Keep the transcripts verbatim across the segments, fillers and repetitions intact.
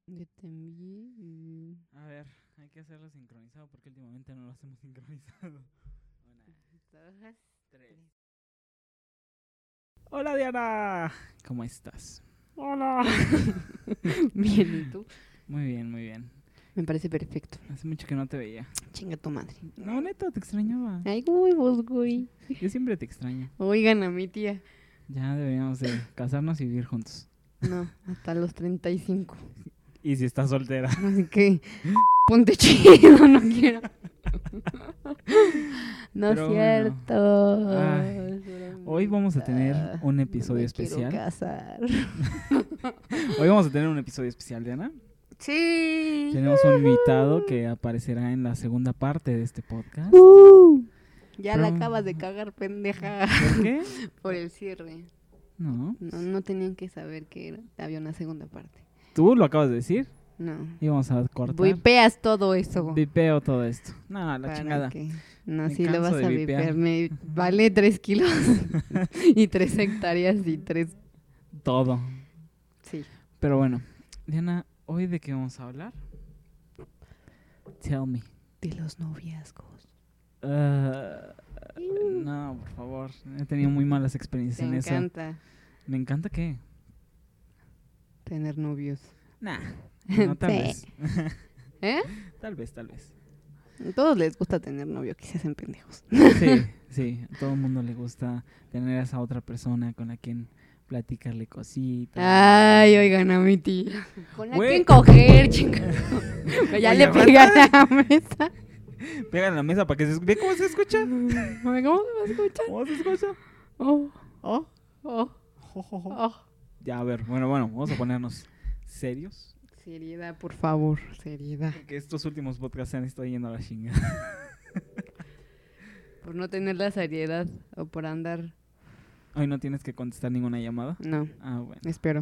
Yo también. A ver, hay que hacerlo sincronizado porque últimamente no lo hacemos sincronizado. Una, Dos, tres. Hola Diana, ¿cómo estás? Hola. Bien, ¿y tú? Muy bien, muy bien. Me parece perfecto. Hace mucho que no te veía. Chinga tu madre. No, neta, te extrañaba. Ay, güey, vos, güey. Yo siempre te extraño. Oigan a mi tía. Ya deberíamos de casarnos y vivir juntos. No, hasta los treinta y cinco. Y si estás soltera. Así que, ponte chido, no quiero. No Pero es bueno. cierto. Ay, hoy vamos a tener un episodio Me especial. Quiero casar. Hoy vamos a tener un episodio especial, Diana. Sí. Tenemos un invitado que aparecerá en la segunda parte de este podcast. Uh, ya Pero- la acabas de cagar, pendeja. ¿Por qué? Por el cierre. No. No, no tenían que saber que era- había una segunda parte. Tú lo acabas de decir. No. Íbamos a cortar. Vipeas todo eso. Vipeo todo esto. No, la ¿Para chingada. qué? No, Me si lo canso vas de a vipear. vipear. Me vale tres kilos y tres hectáreas y tres... Todo. Sí. Pero bueno, Diana, ¿hoy de qué vamos a hablar? Tell me. De los noviazgos. Uh, no, por favor. He tenido muy malas experiencias Te en eso. encanta ¿Me encanta qué? tener novios. Nah. No, tal Sí. vez. ¿Eh? Tal vez, tal vez. A todos les gusta tener novio, que se hacen pendejos. Sí, sí. A todo el mundo le gusta tener a esa otra persona con la quien platicarle cositas. Ay, oigan a mi tía. Con la Güey. quien coger, chingada. Ya Oye, le pega a la mesa. Pega en la mesa para que se escuche. ¿Ve cómo se escucha? ¿Cómo se va a escuchar? ¿Cómo se escucha? Oh, Oh, oh, jo, jo, jo. oh. Ya, a ver. Bueno, bueno. Vamos a ponernos serios. Seriedad, por favor, seriedad. Porque estos últimos podcasts se han estado yendo a la chinga. Por no tener la seriedad o por andar... Hoy no tienes que contestar ninguna llamada. No, Ah, bueno. espero.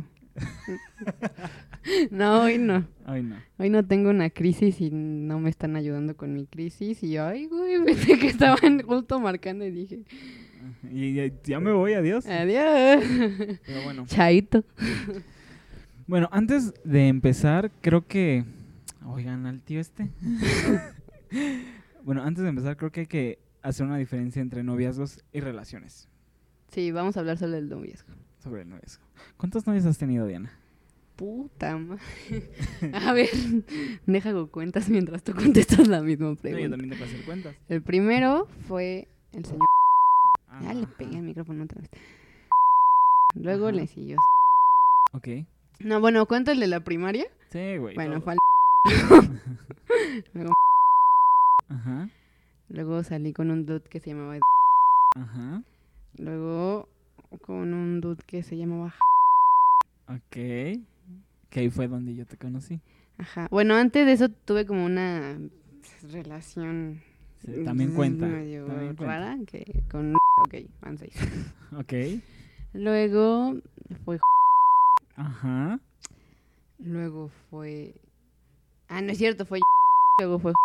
No, hoy no. Hoy no. Hoy no tengo una crisis y no me están ayudando con mi crisis. Y yo, ay, güey, pensé que estaban justo marcando y dije, Y ya, ya me voy, adiós. adiós. Pero bueno. Chaito. Bueno, antes de empezar, creo que... Oigan, al tío este. Bueno, antes de empezar, creo que hay que hacer una diferencia entre noviazgos y relaciones. Sí, vamos a hablar sobre el noviazgo. Sobre el noviazgo. ¿Cuántos novios has tenido, Diana? Puta madre. A ver, deja que cuentas mientras tú contestas la misma No, yo pregunta. también te puedo hacer cuentas. El primero fue el señor. Ya le Ajá. pegué al micrófono otra vez. Luego Ajá. le siguió. Ok. No, bueno, ¿cuánto el de la primaria? Sí, güey. Bueno, todo. fue al... luego, Ajá. luego salí con un dude que se llamaba... Ajá. Luego con un dude que se llamaba... Ok. Que ahí fue donde yo te conocí. Ajá. Bueno, antes de eso tuve como una relación... Sí, también cuenta. medio También cuenta. rara que con... Ok, van seis. Ok. Luego fue... Ajá. Luego fue... Ah, no es cierto, fue... Luego fue...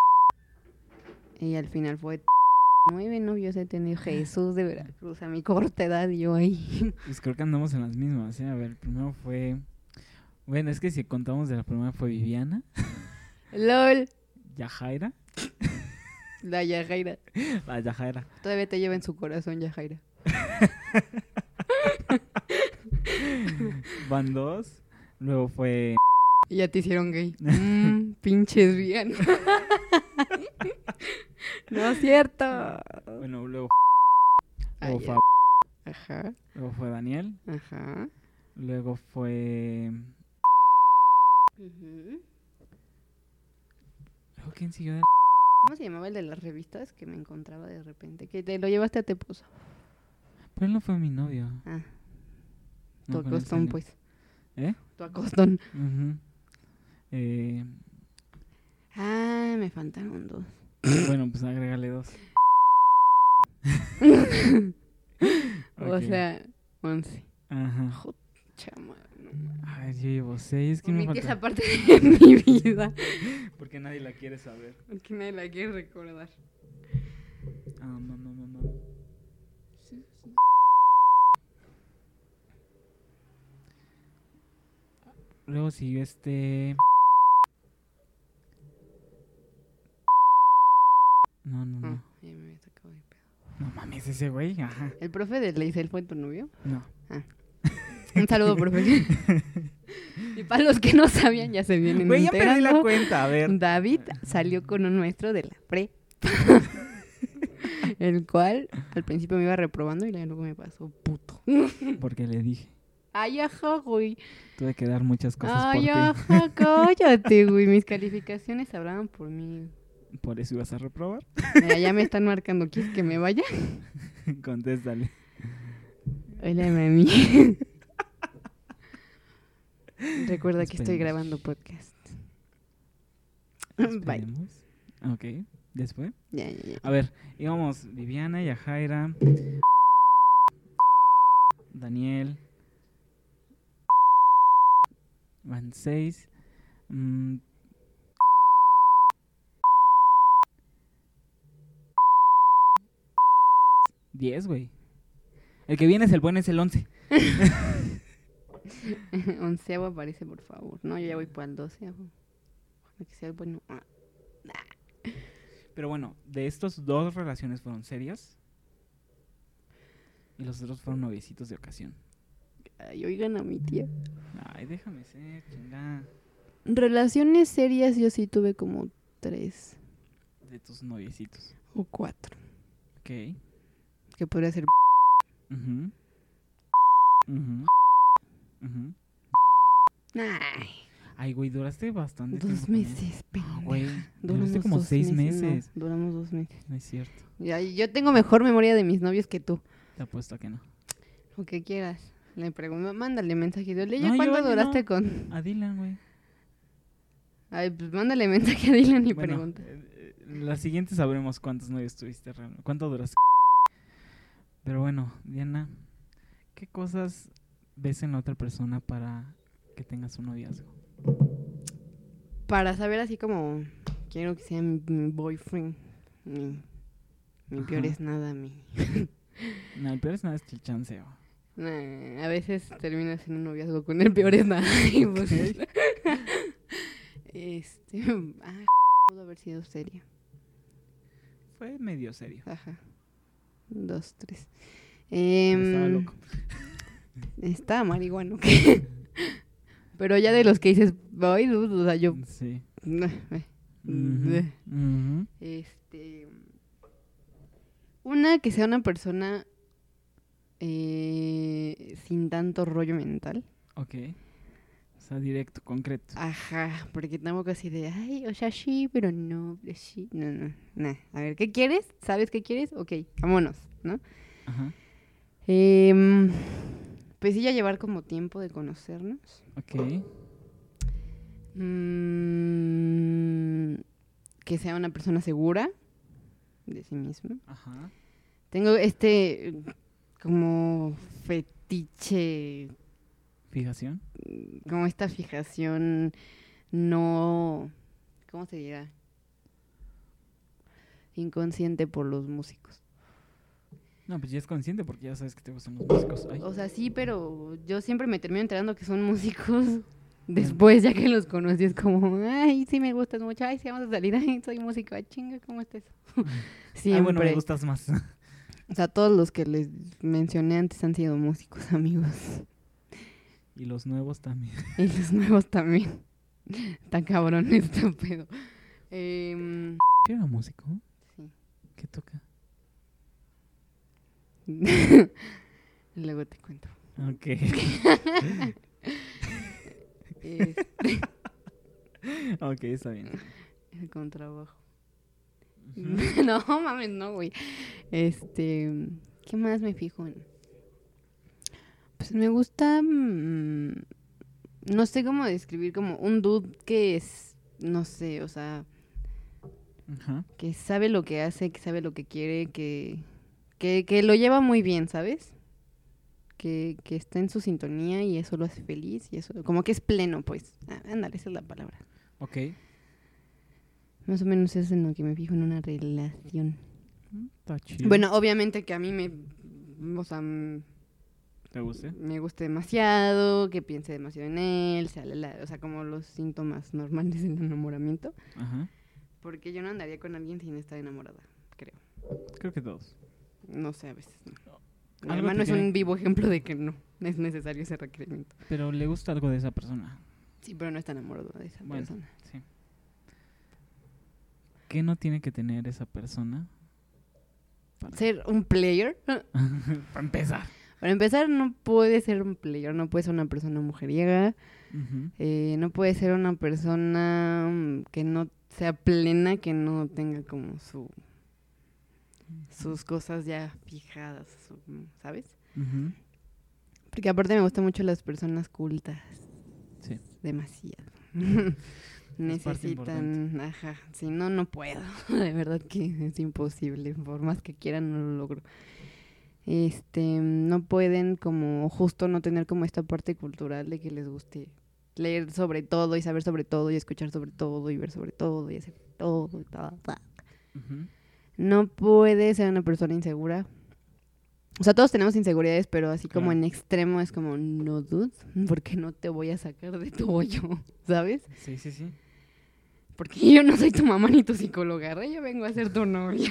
Y al final fue... Nueve novios he tenido. Jesús de Veracruz a mi corta edad y yo ahí. Pues creo que andamos en las mismas, ¿eh? A ver, el primero fue... Bueno, es que si contamos de la primera fue Viviana, LOL. Yajaira, La Yajaira. la Yajaira. Todavía te lleva en su corazón, Yajaira. Van dos, luego fue... Y ya te hicieron gay. Mm, pinches bien. No es cierto. Bueno, luego, Ay, luego, fue, Ajá, luego fue Daniel, ajá. luego fue... Ujú. ¿Luego quién siguió? De... ¿Cómo se llamaba el de las revistas que me encontraba de repente? Que te lo llevaste a Teposo. Pero él no fue mi novio. Ah, No, tu con él acostón, salí. pues. ¿Eh? Tu acostón. Ujú. Eh, Ah, me faltaron dos. bueno, pues agrégale dos. O Ok. sea, once. Ajá. Chama, no. A ver, yo llevo seis. ¿Quién me Omití falta? esa parte de mi vida. Porque nadie la quiere saber. Que nadie la quiere recordar. Ah, mamá, mamá. Sí, sí. Luego siguió este... No, no, no. Ah, ya me había sacado de pedo. No mames, ese güey, ajá. ¿El profe de Leisel fue tu novio? No. Un saludo, profe. Y para los que no sabían, ya se vienen Güey, ya perdí la enterando. cuenta, a ver. David salió con un maestro de la pre. El cual al principio me iba reprobando y luego me pasó puto. Porque le dije. Ay, ajá, güey. Tuve que dar muchas cosas Ay, por ajá, cállate, güey. Mis calificaciones hablaban por mí. ti. Por eso ibas a reprobar. Mira, ya me están marcando. ¿Quieres que me vaya? Contéstale. Hola, mami. Recuerda que estoy Esperemos. grabando podcast. Bye. Esperemos. Ok, después. Ya, ya, ya. A ver, íbamos Viviana, Yajaira, Daniel, van seis, mm, diez, güey. El que viene es el bueno, es el once. Onceavo aparece, por favor. No, yo ya voy para el doceavo. Ojalá que sea el bueno. Ah, Pero bueno, de estos dos relaciones fueron serias y los otros fueron noviecitos de ocasión. Ay, oigan a mi tía. Ay, déjame ser, chinga. Relaciones serias yo sí tuve como tres De tus noviecitos. o cuatro. Ok. Que podría ser... Ujú. Ujú. Ujú. Ay, Ay, güey, duraste bastante dos tiempo con él. meses, Ah, pendeja. güey, Duramos duraste como dos seis meses. No, duramos dos meses. No es cierto. Ya, yo tengo mejor memoria de mis novios que tú. Te apuesto a que no. Lo que quieras. Le pregunto, mándale mensaje. Dile, No, ¿cuánto yo- duraste no. con...? A Dylan, güey. Ay, pues mándale mensaje a Dylan y Bueno, pregunta. eh, eh, la siguiente sabremos cuántos novios tuviste realmente. ¿Cuánto duraste? Pero bueno, Diana, ¿qué cosas ves en la otra persona para que tengas un noviazgo? Para saber así como... Quiero que sea mi, mi boyfriend. Mi, mi Ajá. peor es nada, mi... No, el peor es nada, es el chanceo. Nah, a veces terminas en un noviazgo con el peor es nada. Y pues, este... Ah, pudo haber sido serio. Fue medio serio. Ajá. Dos, tres. Pero Em, estaba loco. Estaba marihuano. ¿qué? Pero ya de los que dices, voy, dudo, o sea, yo... Sí. Ujú. Ujú, ujú. Este... Una que sea una persona eh, sin tanto rollo mental. Ok. O sea, directo, concreto. Ajá, porque tampoco así de, ay, o sea, sí, pero no, pero sí. No, no, nah. A ver, ¿qué quieres? ¿Sabes qué quieres? Ok, vámonos, ¿no? Ajá. Em, pues sí, ya llevar como tiempo de conocernos. Ok. Mm, que sea una persona segura de sí misma. Ajá. Tengo este eh, como fetiche, Fijación. como esta fijación no, ¿cómo se dirá? Inconsciente por los músicos. No, pues ya es consciente porque ya sabes que te gustan los músicos. Ay. O sea, sí, pero yo siempre me termino enterando que son músicos. Después, ya que los conocí, es como, ay, sí me gustas mucho, ay, sí vamos a salir, ay, soy músico, ay, chinga, ¿cómo está eso? Siempre. Ah, bueno, me gustas más. O sea, todos los que les mencioné antes han sido músicos, amigos. Y los nuevos también. Y los nuevos también. Está cabrón este pedo. Em, ¿Qué era músico? sí. ¿Qué toca? Luego te cuento. Ok. Este, Ok, está bien. con trabajo. Ujú. No, mames, no, güey. Este, ¿qué más me fijo en? Pues me gusta, mm, no sé cómo describir, como un dude que es, no sé, o sea, Ajá. que sabe lo que hace, que sabe lo que quiere, que, que, que lo lleva muy bien, ¿sabes? Que, que está en su sintonía y eso lo hace feliz y eso, como que es pleno, pues. Ah, ándale, esa es la palabra. Ok. Más o menos es en lo que me fijo en una relación. Mm, Está chido. Bueno, obviamente que a mí me, o sea, mm, ¿Te guste? Me guste demasiado, que piense demasiado en él, sea, la, la- o sea, como los síntomas normales del enamoramiento. Ajá. Porque yo no andaría con alguien sin estar enamorada, creo. Creo que todos. No sé, a veces no. Mi Algo hermano te es tiene- un vivo ejemplo de que no es necesario ese requerimiento. Pero le gusta algo de esa persona. Sí, pero no está enamorado de esa Bueno. persona. Sí. ¿Qué no tiene que tener esa persona? Para, Ser un player. para empezar. Para empezar, no puede ser un player, no puede ser una persona mujeriega, Ujú. eh, no puede ser una persona mm, que no sea plena, que no tenga como su sus cosas ya fijadas, su- ¿sabes? Ujú. Porque aparte me gustan mucho las personas cultas, Sí. demasiado. Es parte Necesitan, ajá, si no, no puedo, de verdad que es imposible, por más que quieran no lo logro. Este, no pueden como justo no tener como esta parte cultural de que les guste leer sobre todo y saber sobre todo y escuchar sobre todo y ver sobre todo y hacer todo y todo. Ujú. No puede ser una persona insegura. O sea, todos tenemos inseguridades, pero así como Claro. en extremo es como, no dude, porque no te voy a sacar de tu hoyo, ¿sabes? Sí, sí, sí. Porque yo no soy tu mamá ni tu psicóloga, ¿eh? Yo vengo a ser tu novia.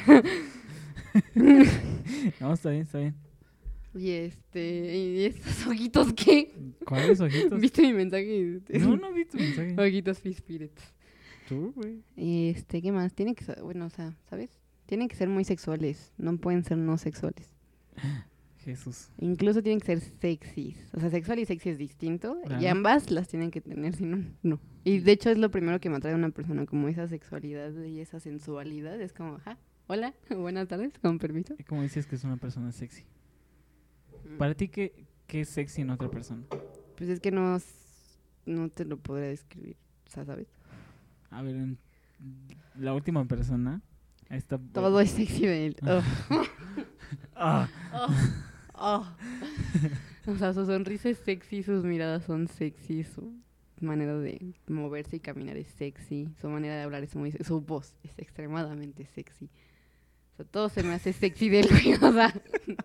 No, está bien, está bien. Y este, ¿y estos ojitos qué? ¿Cuáles ojitos? ¿Viste mi mensaje? No, no vi tu mensaje. Ojitos Fispirits. Tú, güey. Este, ¿qué más? Tiene que ser, bueno, o sea, ¿sabes? Tienen que ser muy sexuales, no pueden ser no sexuales. Jesús. Incluso tienen que ser sexys. O sea, sexual y sexy es distinto. Y Claro. ambas las tienen que tener, si no, no. Y de hecho es lo primero que me atrae a una persona, como esa sexualidad y esa sensualidad. Es como, ajá, hola, buenas tardes, con permiso. ¿Y cómo dices que es una persona sexy? ¿Para ti qué, qué es sexy en otra persona? Pues es que no, s- no te lo podré describir, o sea, ¿sabes? A ver, en- la última persona. Ahí está. Todo es sexy de él. Oh. Ah. Oh, oh. O sea, su sonrisa es sexy, sus miradas son sexy, su manera de moverse y caminar es sexy, su manera de hablar es muy sexy, su voz es extremadamente sexy. O sea, todo se me hace sexy del güey, o sea.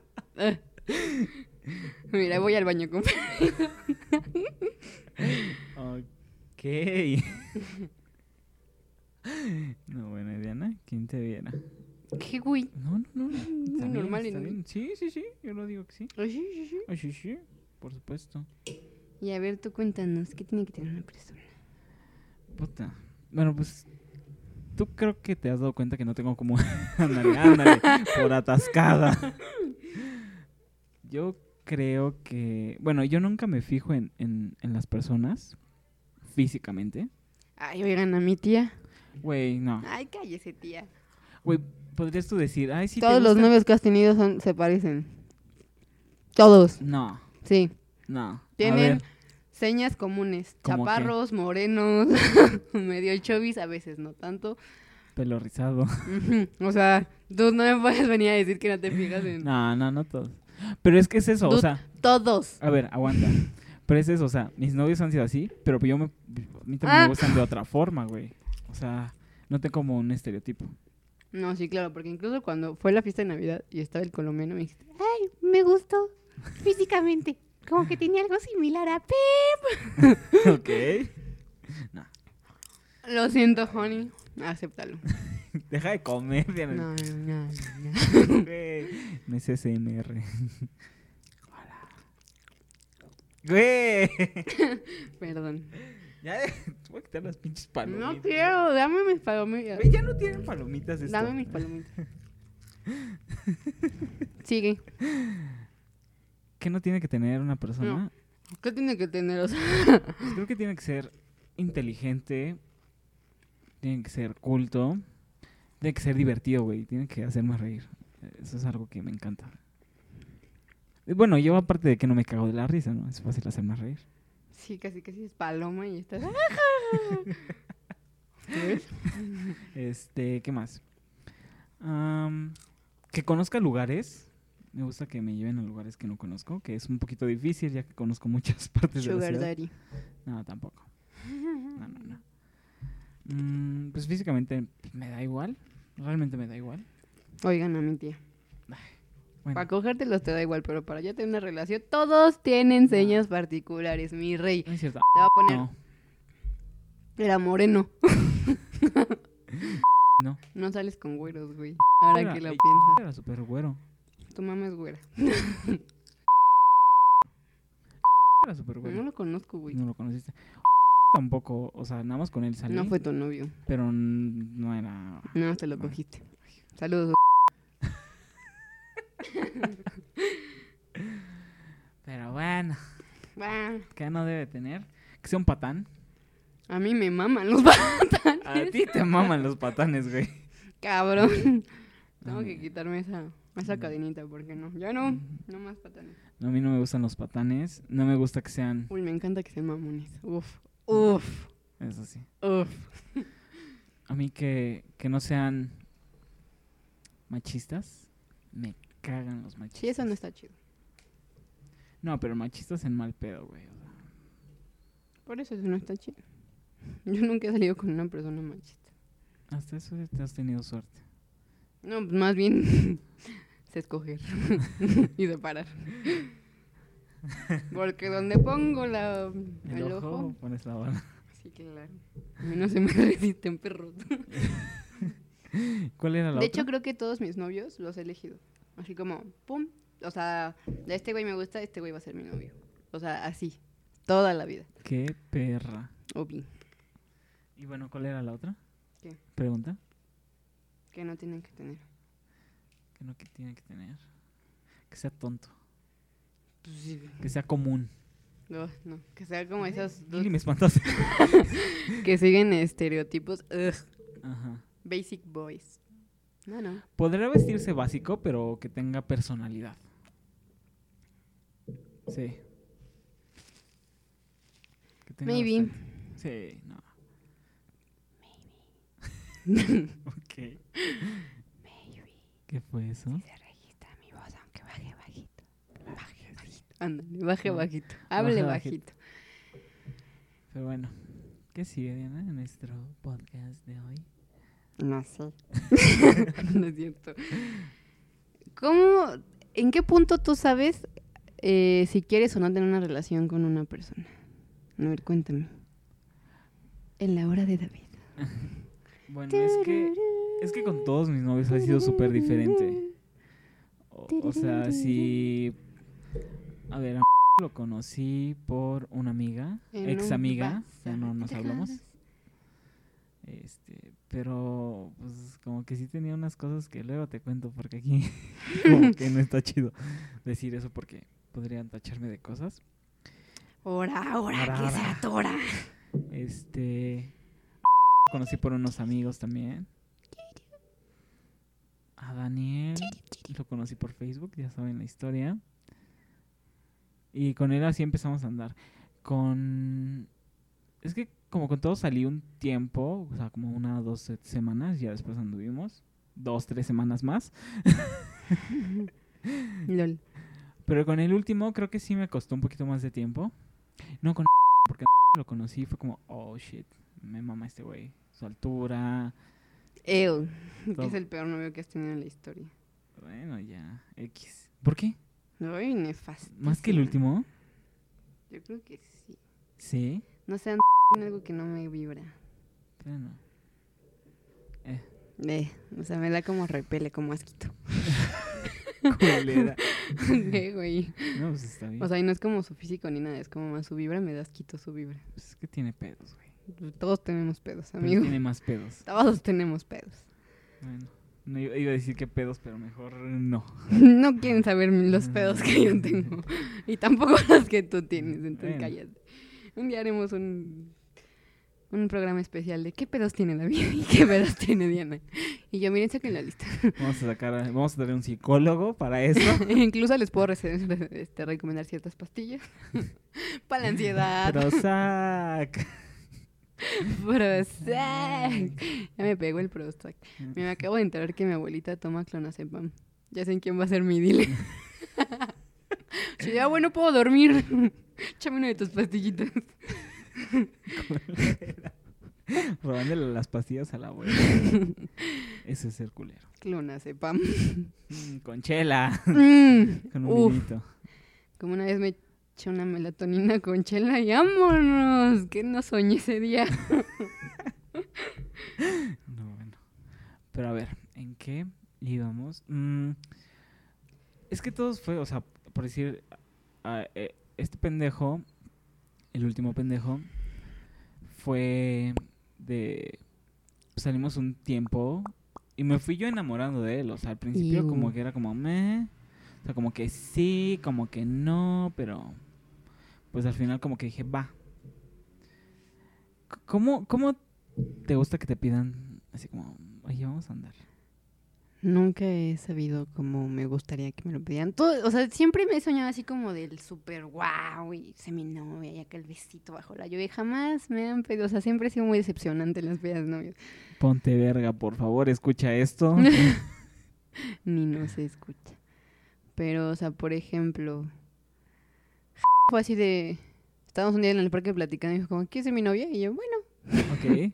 Mira, voy al baño con Ok. No, bueno, Diana, ¿quién te viera? ¿Qué güey? No, no, no. Está Muy bien, normal está en mí. bien. Sí, sí, sí. Yo lo digo que sí. Ay, sí, sí, sí. Ay, sí, sí. Por supuesto. Y a ver, tú cuéntanos, ¿qué tiene que tener una persona? Puta. Bueno, pues. Tú creo que te has dado cuenta que no tengo como. Ándale, ándale. Por atascada. Yo creo que. Bueno, yo nunca me fijo en, en, en las personas físicamente. Ay, oigan, a mi tía. Güey, no. Ay, cállese, tía. Güey, podrías tú decir, ay, sí. ¿te Todos los gusta? novios que has tenido son, se parecen. Todos, No, sí. no. Tienen A ver, señas comunes. ¿Cómo qué? Chaparros, morenos, medio chovis, a veces no tanto. pelo rizado. Ujú. O sea, tú no me puedes venir a decir que no te fijas en... No, no, no todos. Pero es que es eso, o Dude, sea, Todos. a ver, aguanta. Pero es eso, o sea, mis novios han sido así, pero yo me, a mí también Ah. me gustan de otra forma, güey. O sea, no tengo como un estereotipo. No, sí, claro, porque incluso cuando fue la fiesta de Navidad y estaba el colombiano, me dijiste, ay, me gustó físicamente. Como que tenía algo similar a Pep. Ok. No, Lo siento, honey. Acéptalo. deja de comer, Diana. No, no, no, no. Güey, no es S M R. Hola. Güey. Perdón. Ya, de- te voy a quitar las pinches palomitas. No quiero, dame mis palomitas. Güey, ya no tienen palomitas esto. Dame mis palomitas. Sigue. ¿Qué no tiene que tener una persona? ¿Qué tiene que tener? O sea, Pues creo que tiene que ser inteligente, tiene que ser culto, tiene que ser divertido, güey, tiene que hacerme reír. Eso es algo que me encanta. Y bueno, yo aparte de que no me cago de la risa, ¿no? Es fácil hacerme reír. sí, casi casi es paloma y estás... ¿Ves? Este, ¿qué más? Am, que conozca lugares. Me gusta que me lleven a lugares que no conozco, que es un poquito difícil ya que conozco muchas partes de la Sugar ciudad. Daddy. No, tampoco. No, no, no. Mm, pues físicamente pues, me da igual. Realmente me da igual. Oigan a mi tía. Bueno, Para cogértelos te da igual, pero para ya tener una relación, todos tienen señas particulares, mi rey. no es cierto. Te va a poner, No, era moreno. no. No sales con güeros, güey. Ahora Era- que lo ey, piensas. Era súper güero. Tu mamá es güera. Era súper güero. No lo conozco, güey. No lo conociste. Tampoco, o sea, nada más con él salí. No fue tu novio. Pero n- no era... No, te lo cogiste. Saludos. Pero bueno, Bah, ¿qué no debe tener? Que sea un patán. a mí me maman los patanes. A ti te maman los patanes, güey. Cabrón. Tengo No, que no. quitarme esa, esa No. cadenita, porque no. Ya no. No más patanes. A mí no me gustan los patanes. No me gusta que sean... Uy, me encanta que sean mamones. Uf. Uf. Eso sí. Uf. A mí que, que no sean machistas. Me cagan los machistas. Sí, eso no está chido. No, pero machistas en mal pedo, güey. o sea. Por eso eso no está chido. Yo nunca he salido con una persona machista. Hasta eso te has tenido suerte. No, pues más bien sé escoger y separar. Porque donde pongo la, El, el ojo, ojo, pones la bala. sí, claro. A mí no se me resisten perros. ¿Cuál era la De otra? hecho, creo que todos mis novios los he elegido. Así como, pum. O sea, de este güey me gusta, este güey va a ser mi novio. O sea, así. Toda la vida. Qué perra. Obvio. Y bueno, ¿cuál era la otra? ¿Qué? Pregunta. Que no tienen que tener. Que no que tiene que tener. Que sea tonto. Pues sí. Que sea común. No, no. Que sea como esas dos Lili, me espantaste. que siguen estereotipos. Ugh. Ajá. Basic boys. No, no. Podría vestirse básico, pero que tenga personalidad. Sí. Que tenga Maybe. bastante. Sí, no. Maybe. Ok. Maybe. ¿Qué fue eso? Se registra mi voz, aunque baje bajito. Baje bajito. Ándale, baje No. bajito. Hable Baje bajito. Pero bueno. ¿Qué sigue, Diana, en nuestro podcast de hoy? No sé. No es cierto. ¿Cómo, en qué punto tú sabes eh, si quieres o no tener una relación con una persona? A ver, cuéntame. En la hora de David. Bueno, es que es que con todos mis novios ha sido súper diferente. O, o sea, si... A ver, a lo conocí por una amiga, En ex un amiga, ya bazar no nos de hablamos. dejadas. Este, pero pues como que sí tenía unas cosas que luego te cuento porque aquí como que no está chido decir eso porque podrían tacharme de cosas. Ora, ora, Ora, que ora. se atora. Este, conocí por unos amigos también. A Daniel lo conocí por Facebook, ya saben la historia. Y con él así empezamos a andar. Con... Es que como con todos salí un tiempo, o sea, como una o dos se- semanas, ya después anduvimos. Dos, tres semanas más. Lol. Pero con el último creo que sí me costó un poquito más de tiempo. No con porque lo conocí fue como, oh shit, me mama este güey. Su altura, Ew. Que Todo. es el peor novio que has tenido en la historia. bueno, ya, X. ¿Por qué? Ay, nefasto. ¿Más que el último? Yo creo que sí. Sí. No sé, en algo que no me vibra. Bueno. Eh, Eh, o sea, me da como repele, como asquito. culera. ¿Qué, güey? No, pues está bien. O sea, y no es como su físico ni nada, es como más su vibra, me da asquito su vibra. Pues es que tiene pedos, güey. Todos tenemos pedos, Pero amigo. tiene más pedos. Todos tenemos pedos. Bueno, no iba iba a decir que pedos, pero mejor no. No quieren saber los pedos que yo tengo. Y tampoco los que tú tienes, entonces Bueno. cállate. Un día haremos un, un programa especial de qué pedos tiene David y qué pedos tiene Diana. Y yo, miren, saquen la lista. Vamos a sacar, a- vamos a tener un psicólogo para eso. Incluso les puedo rece- re- este, recomendar ciertas pastillas. Para la ansiedad. Prozac. Prozac. Ya me pegó el Prozac. Me acabo de enterar que mi abuelita toma clonazepam. Ya sé en quién va a ser mi dile. Si ya, bueno, puedo dormir. Échame una de tus pastillitas. Robándole las pastillas a la abuela. Ese es ser culero. Clona, sepam. Mm, con chela. Mm, Con un uf. vinito. Como una vez me eché una melatonina con chela y vámonos. Que no soñé ese día. No, bueno. Pero a ver, ¿en qué íbamos? Mm, es que todos fue, o sea, por decir, a- eh, este pendejo, el último pendejo, fue de... Salimos un tiempo y me fui yo enamorando de él. O sea, al principio Iu. como que era como meh. O sea, como que sí, como que no, pero pues al final como que dije, va. C- ¿Cómo, cómo te gusta que te pidan así como, oye, vamos a andar? Nunca he sabido cómo me gustaría que me lo pedían. Todo, o sea, siempre me he soñado así como del súper wow y seminovia y acá el besito bajo la lluvia. Y jamás me han pedido, o sea, siempre he sido muy decepcionante en las pedidas de novios. Ponte verga, por favor, escucha esto. Ni no se escucha. Pero, o sea, por ejemplo, fue así de... Estábamos un día en el parque platicando y dijo como, ¿quieres ser mi novia? Y yo, bueno, Ok.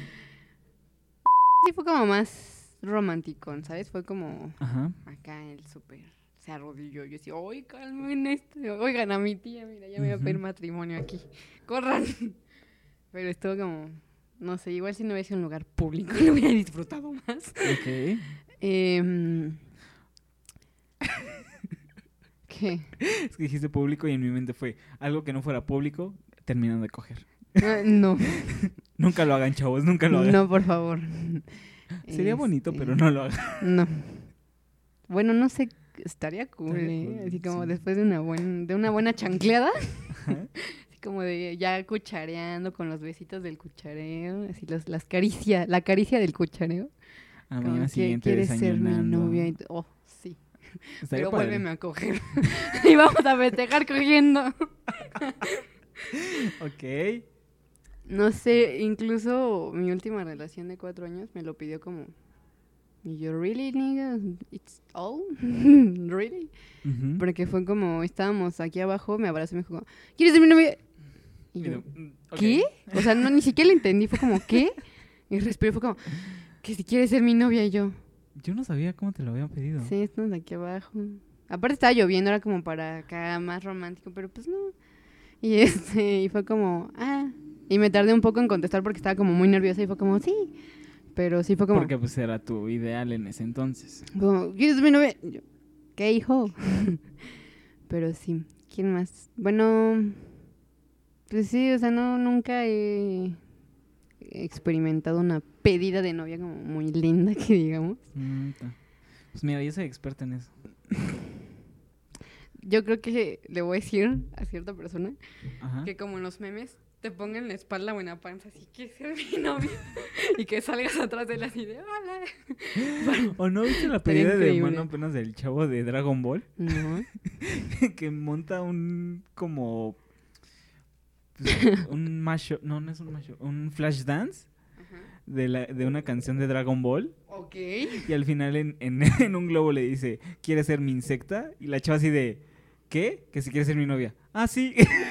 sí fue como más romántico, ¿sabes? Fue como Ajá. acá el súper se arrodilló. Yo decía, oye, calmen esto. Oigan a mi tía, mira, ya me voy a pedir Ujú. matrimonio aquí. Corran. Pero estuvo como, no sé, igual si no hubiese un lugar público lo hubiera disfrutado más. Ok. Em, ¿Qué? Es que dijiste público y en mi mente fue algo que no fuera público, terminando de coger. Ah, no, Nunca lo hagan, chavos, nunca lo hagan. no, por favor. Sería bonito, Este, pero no lo hagan. No. Bueno, no sé, estaría cool, Estaría ¿eh? cool, Así como sí. después de una, buen, de una buena chancleada. Ajá. Así como de ya cuchareando con los besitos del cuchareo. Así los, las caricia, la caricia del cuchareo. A la Como, mañana "¿Qui- siguiente ¿Quieres ser mi desayunando. novia? Y t- oh, sí. Estaría Pero padre. vuélveme a coger. Y vamos a festejar cogiendo. Ok. No sé, incluso mi última relación de cuatro años me lo pidió como... Y yo, ¿really, nigga? ¿It's all? ¿Really? Ujú. Porque fue como, estábamos aquí abajo, me abrazó y me dijo, como, ¿quieres ser mi novia? Y Y yo, tú, mm, ok. ¿qué? O sea, no, ni siquiera le entendí, fue como, ¿qué? Y respiró, fue como, que si quieres ser mi novia. Y yo, Yo no sabía cómo te lo habían pedido. sí, estamos aquí abajo. Aparte estaba lloviendo, era como para acá más romántico, pero pues no. Y este, y fue como, ah. Y me tardé un poco en contestar porque estaba como muy nerviosa y fue como, sí. Pero sí fue como, Porque pues era tu ideal en ese entonces. como, ¿quieres ser mi novia? Y yo, ¿qué, hijo? Pero sí, ¿quién más? Bueno, pues sí, o sea, no, nunca he experimentado una pedida de novia como muy linda, que digamos. Mm, ta. Pues mira, yo soy experta en eso. Yo creo que le voy a decir a cierta persona Ajá. que como en los memes te pongan en la espalda o en la panza así, ¿quieres ser mi novia? Y que salgas atrás de él así de, hola. ¿O no viste la Estaría pedida de increíble. mano apenas del chavo de Dragon Ball? No. Que monta un como pues, un mashup, no, no es un mashup, un flash dance de, la, de una canción de Dragon Ball. Ok. Y al final en, en, en un globo le dice, ¿quieres ser mi insecta? Y la chava así de, ¿qué? Que si quieres ser mi novia. Ah, sí.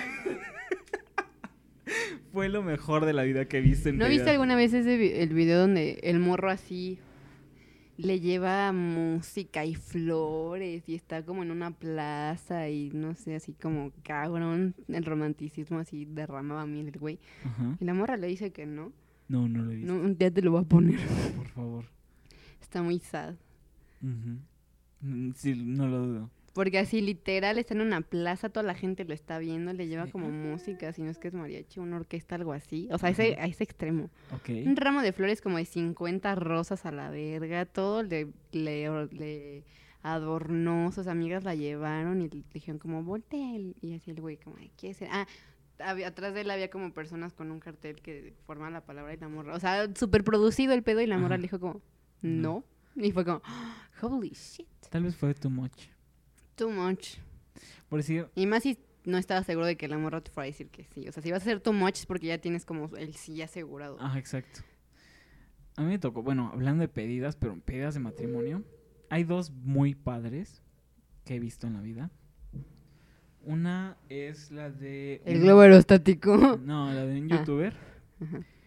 Fue lo mejor de la vida que he visto en ¿No realidad. viste alguna vez ese vi- el video donde el morro así le lleva música y flores y está como en una plaza y no sé, así como cabrón, el romanticismo así derramaba miel el güey? Ajá. Y la morra le dice que no. No, no lo he visto. No, un día te lo voy a poner. Por favor. Está muy sad. Ujú. Mm, Sí, no lo dudo. Porque así literal está en una plaza, toda la gente lo está viendo, le lleva Sí. como Ah. música, si no es que es mariachi, una orquesta, algo así. O sea, ese, Ajá. a ese extremo. Ok. Un ramo de flores como de cincuenta rosas a la verga, todo le, le, or- le adornó, sus amigas la llevaron y le dijeron como, voltea. Y así el güey como, "Ay, ¿qué es? Ah, había, atrás de él había como personas con un cartel que formaban la palabra y la morra. O sea, súper producido el pedo y la morra Ajá. le dijo como, No. no. Y fue como, holy shit, Tal vez fue too much. too much. Por decir, Y más si no estaba seguro de que la morra te fuera a decir que sí. O sea, si vas a hacer too much es porque ya tienes como el sí asegurado. ajá, exacto. A mí me tocó, bueno, hablando de pedidas, pero pedidas de matrimonio, hay dos muy padres que he visto en la vida. Una es la de... El un- globo aerostático. No, la de un Ah. youtuber Ajá.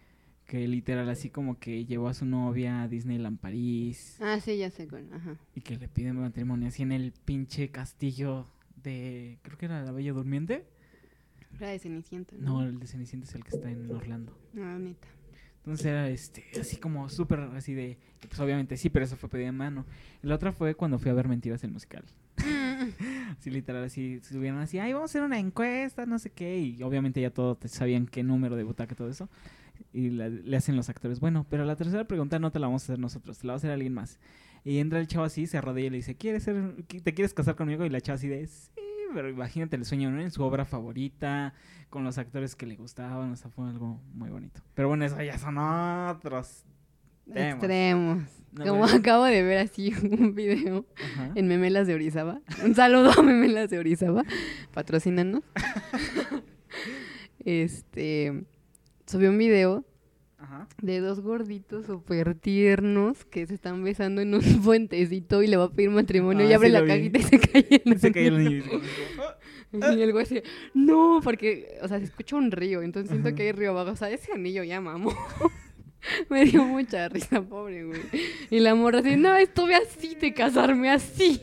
que literal así como que llevó a su novia a Disneyland París. Ah, sí, ya sé cuál, ajá. Y que le piden matrimonio así en el pinche castillo de... Creo que era la Bella Durmiente. Era de Cenicienta, ¿no? No, el de Cenicienta es el que está en Orlando. No, neta. Entonces era este, así como súper así de... Pues obviamente sí, pero eso fue pedida en mano. Y la otra fue cuando fui a ver Mentiras el musical. Así literal, así subieron así, ay, vamos a hacer una encuesta, no sé qué. Y obviamente ya todos sabían qué número de butaca, todo eso. Y la, le hacen los actores, bueno, pero la tercera pregunta no te la vamos a hacer nosotros, te la va a hacer alguien más. Y entra el chavo así, se arrodilla y le dice, ¿quieres ser, ¿te quieres casar conmigo? Y la chava así de, sí, pero imagínate el sueño, ¿no? En su obra favorita, con los actores que le gustaban, o sea, fue algo muy bonito. Pero bueno, eso ya son otros temas. Extremos. No, Como bueno. acabo de ver así un video Ajá. en Memelas de Orizaba. Un saludo a Memelas de Orizaba. Patrocínanos. Este... Subió un video Ajá. de dos gorditos súper tiernos que se están besando en un puentecito y le va a pedir matrimonio Ah, y abre sí la lo vi. cajita y se cae el Se cayó el anillo. niño. y dice, "Ah". Y el güey así, no, porque, o sea, se escucha un río, entonces siento Ajá. que hay río abajo. O sea, ese anillo ya mamó. Me dio mucha risa, pobre güey. Y la morra así, no, estuve así de casarme así.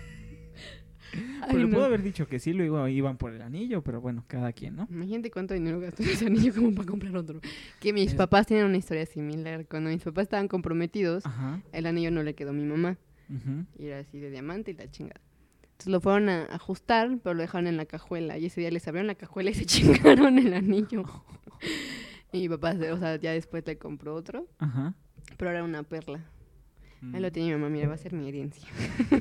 Ay, Pero le no. pudo haber dicho que sí, luego iban por el anillo, pero bueno, cada quien, ¿no? Imagínate cuánto dinero gastó en ese anillo como para comprar otro. Que mis Es- papás tienen una historia similar. Cuando mis papás estaban comprometidos, Ajá. el anillo no le quedó a mi mamá. Ujú. Y era así de diamante y la chingada. Entonces lo fueron a ajustar, pero lo dejaron en la cajuela. Y ese día les abrieron la cajuela y se chingaron el anillo. Y mi papá, o sea, ya después le compró otro, Ajá. pero era una perla. Ahí Mm. lo tiene mi mamá, mira, va a ser mi herencia.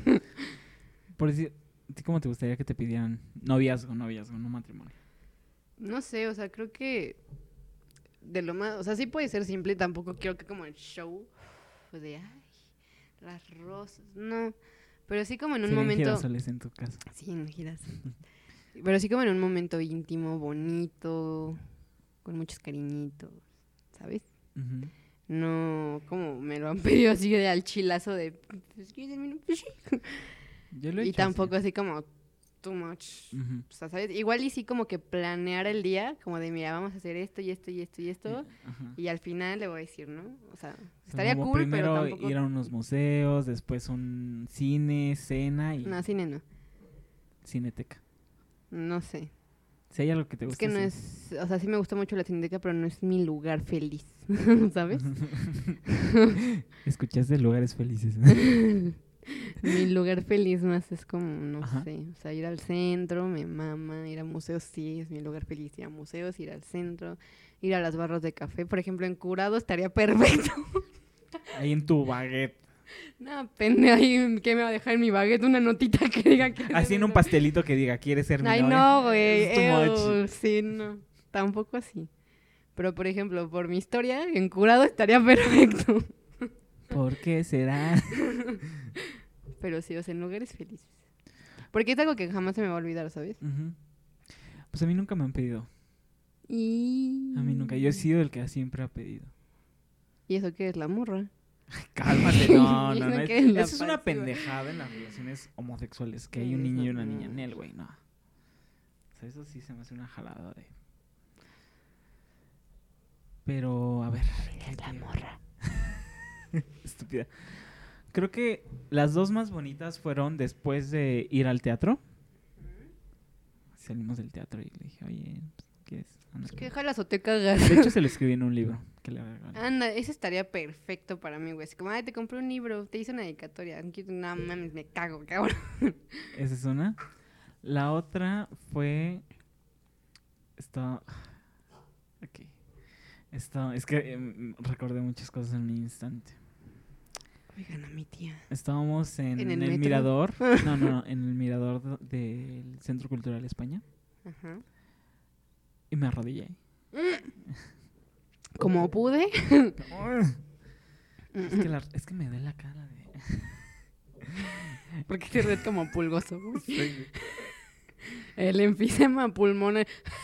Por decir, ¿a ti cómo te gustaría que te pidieran noviazgo, noviazgo, no matrimonio? No sé, o sea, creo que de lo más, o sea, sí puede ser simple, tampoco quiero que como el show de, ay, las rosas, no. Pero sí como en un Serían momento... girasoles en tu casa. Sí, en giras. Pero sí como en un momento íntimo, bonito, con muchos cariñitos, ¿sabes? Ujú. No como me lo han pedido así de al chilazo de... Pues, ¿quieres? Pues, sí. Yo lo he Y hecho tampoco así. así como too much. Ujú. O sea, ¿sabes? Igual y sí como que planear el día, como de, mira, vamos a hacer esto y esto y esto y esto. Ajá. Y al final le voy a decir, ¿no? O sea, O sea, estaría como cool, primero pero tampoco... ir a unos museos, después un cine, cena y No, cine no. cineteca. No sé. Si hay algo que te Es guste. que no sí. es... O sea, sí me gusta mucho la cineteca, pero no es mi lugar feliz, ¿sabes? Escuchaste lugares felices. Mi lugar feliz más es como, no Ajá. sé, o sea, ir al centro, me mama, ir a museos, sí, es mi lugar feliz, ir a museos, ir al centro, ir a las barras de café, por ejemplo, en Curado estaría perfecto. Ahí en tu baguette. No, pende ahí, ¿qué me va a dejar en mi baguette? Una notita que diga que... Así en un pastelito que diga, ¿quieres ser mi Ay, novia? no, güey, Es too much. ew, sí, no, tampoco así. Pero, por ejemplo, por mi historia, en Curado estaría perfecto. ¿Por qué será? Pero sí, o sea, en lugares felices. Porque es algo que jamás se me va a olvidar, ¿sabes? Ujú. Pues a mí nunca me han pedido. Y... A mí nunca. Yo he sido el que siempre ha pedido. ¿Y eso qué es? La morra. Cálmate, no, ¿Y no, eso no. qué Es, es la eso es una pasiva? pendejada en las relaciones homosexuales. Que hay un Eso niño y una no. niña. Nel, güey, no. O sea, eso sí se me hace una jalada de... Pero, a ver. ¿qué Es la te- morra. Estúpida. Creo que las dos más bonitas fueron después de ir al teatro. Salimos del teatro y le dije, oye, pues, ¿quieres? Anda Es que conmigo". deja la azoteca gas. De hecho, se lo escribí en un libro que le regalé. Anda, eso estaría perfecto para mí, güey. Es como, ay, te compré un libro, te hice una dedicatoria. No mames, me cago, cabrón. Esa es una. La otra fue... Está... Ok. Está... Es que em, recordé muchas cosas en un instante. Oigan a mi tía. Estábamos en, ¿En el, el metro? mirador. No, no, no. En el mirador de- del Centro Cultural España. Ajá. Y me arrodillé. Como pude. Es que, la- es que me duele la cara de... Porque te red como pulgoso, güey. El enfisema pulmonar.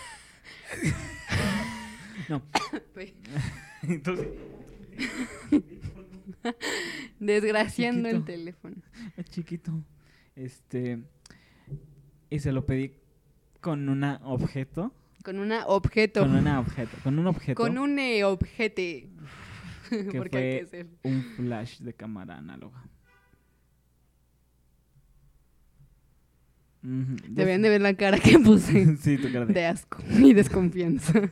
No. Güey, Entonces... Desgraciando el Chiquito. teléfono. Es chiquito. Este... Y se lo pedí con un objeto Con una objeto. Con un objeto. Con un objeto. Con un eh, objete. Que Porque hay fue que ser. un flash de cámara análoga. Ujú, ya Deberían sé. de ver la cara que puse. Sí, tu cara de... De asco y desconfianza.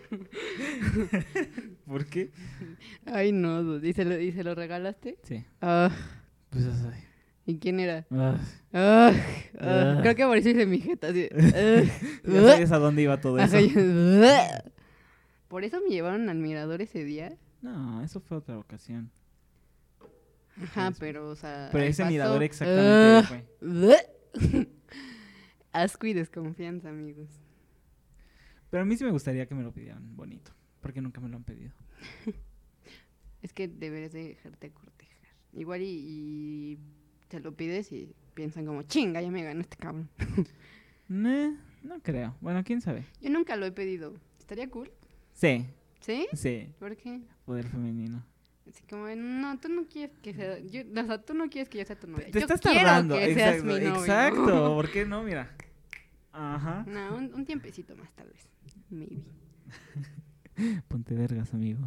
¿Por qué? Ay, no. ¿Y se lo, y se lo regalaste? Sí. Ah, Pues eso. ¿y quién era? Ah, Ah, ah. Ah. Creo que por eso hice mi jeta. Así. Ah, ya sabes a dónde iba todo eso. Ajá, yo- ah. Por eso me llevaron al mirador ese día. No, eso fue otra ocasión. Ajá, Pues, pero, o sea. Pero ahí ese pasó. mirador exactamente Ah, fue. ah. Asco y desconfianza, amigos. Pero a mí sí me gustaría que me lo pidieran bonito. Porque nunca me lo han pedido. Es que deberías de dejarte cortejar. Igual y, y te lo pides y piensan como, chinga, ya me ganó este cabrón. Nah, no creo. Bueno, quién sabe. Yo nunca lo he pedido. ¿Estaría cool? Sí, ¿Sí? sí. ¿Por qué? Poder femenino. Así como, no, tú no quieres que sea... Yo, o sea, tú no quieres que yo sea tu novia. Te Yo estás quiero tardando. que seas Exacto, mi novio. exacto. ¿Por qué no? Mira. Ajá. No, un, un tiempecito más, tal vez. Maybe. Ponte vergas, amigo.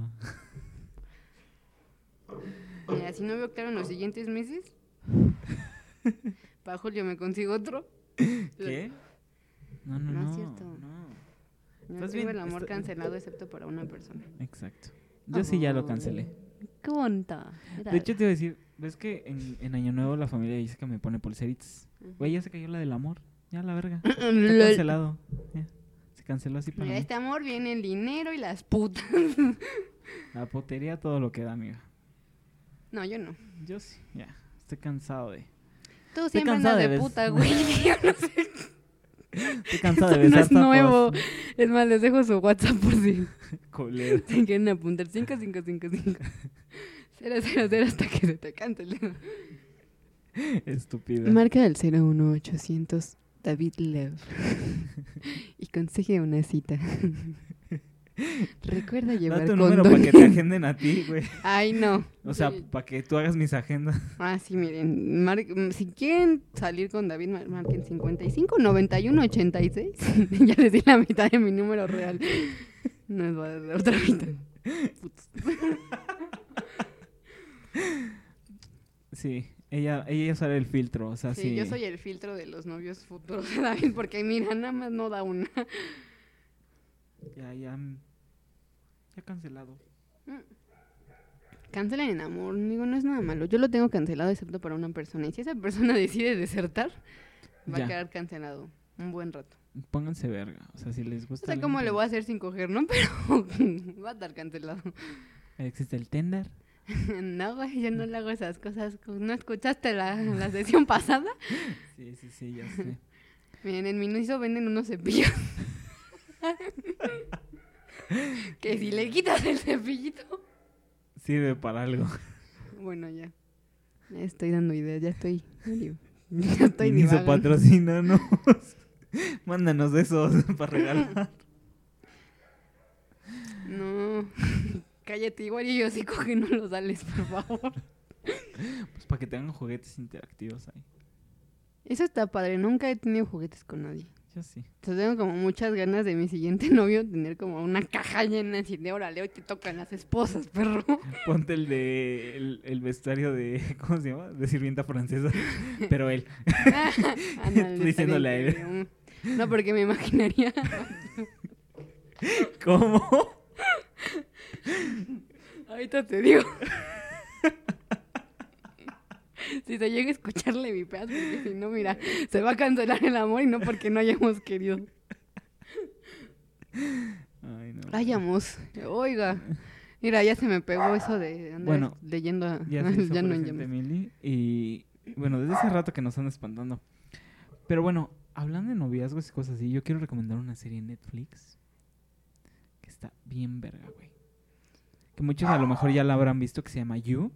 Mira, si no veo claro en los siguientes meses, para julio me consigo otro. ¿Qué? No, no, No no. es cierto. no. No Estás tengo bien, el amor está- cancelado excepto para una persona. Exacto. Yo sí ya lo Oh. cancelé. Qué bonita. De hecho, te iba a decir, ¿ves que en, en Año Nuevo la familia dice que me pone pulseritas? Güey, ya se cayó la del amor. Ya, la verga. Está cancelado. Ya. Se canceló así para Mira, mí. este amor viene el dinero y las putas. La potería, todo lo que da, amiga. No, yo no. Yo sí, ya. Estoy cansado de... Tú Estoy siempre cansado andas de de ves- puta, güey. Yo no sé. Estoy cansado de Esto no besar es nuevo. tapos. Es más, les dejo su WhatsApp por si Culero. se quieren apuntar. cinco cinco cinco cinco cero cero cero hasta que se te cante el dedo. Estúpida. Marca el cero uno ochocientos David Love y consigue una cita. Recuerda llevar Da tu número para condones. que te agenden a ti, güey. Ay, no. O sea, Sí. para que tú hagas mis agendas. Ah, sí, miren. mar- si quieren salir con David, mar- marquen cincuenta y cinco noventa y uno ochenta y seis. Ya les di la mitad de mi número real. No les voy a dar otra mitad. Putos. Sí, ella, ella sale el filtro, o sea, Sí, sí. yo soy el filtro de los novios futuros de David, porque mira, nada más no da una. Ya, ya. mm, Ya cancelado. Cancelen en amor, digo, no es nada malo. Yo lo tengo cancelado excepto para una persona. Y si esa persona decide desertar, va Ya. a quedar cancelado un buen rato. Pónganse verga. O sea, si les No gusta. sé alguien, cómo le pues, voy a hacer sin coger, ¿no? Pero va a estar cancelado. Existe el Tinder. No, güey, yo no le hago esas cosas. ¿No escuchaste la, la sesión pasada? Sí, sí, sí, ya sé. Miren, en Miniso venden unos cepillos. Que si le quitas el cepillito. Sirve para algo. Bueno, ya. Ya estoy dando ideas, ya estoy. Ya estoy Miniso, divagando. patrocínanos. Mándanos de esos para regalar. No. Cállate, igual y yo sí coge, no los dales, por favor. Pues para que tengan juguetes interactivos ahí. Eso está padre, nunca he tenido juguetes con nadie. Yo sí. Entonces tengo como muchas ganas de mi siguiente novio tener como una caja llena así de órale, hoy te tocan las esposas, perro. Ponte el de el, el vestuario de ¿cómo se llama? De sirvienta francesa, pero él. Ándale, Diciéndole a él. estaría increíble. No, porque me imaginaría. ¿Cómo? Ahorita te digo. Si se llega a escucharle mi pedazo, porque si no, mira, se va a cancelar el amor y no porque no hayamos querido. Ay, no. Hayamos. Oiga. Mira, ya se me pegó eso de andar Bueno, leyendo a, Ya se hizo ya no en presente llamas. Mili. Y bueno, desde hace rato que nos están espantando. Pero bueno, hablando de noviazgos y cosas así, yo quiero recomendar una serie en Netflix que está bien verga, güey. Que muchos a lo mejor ya la habrán visto, que se llama You.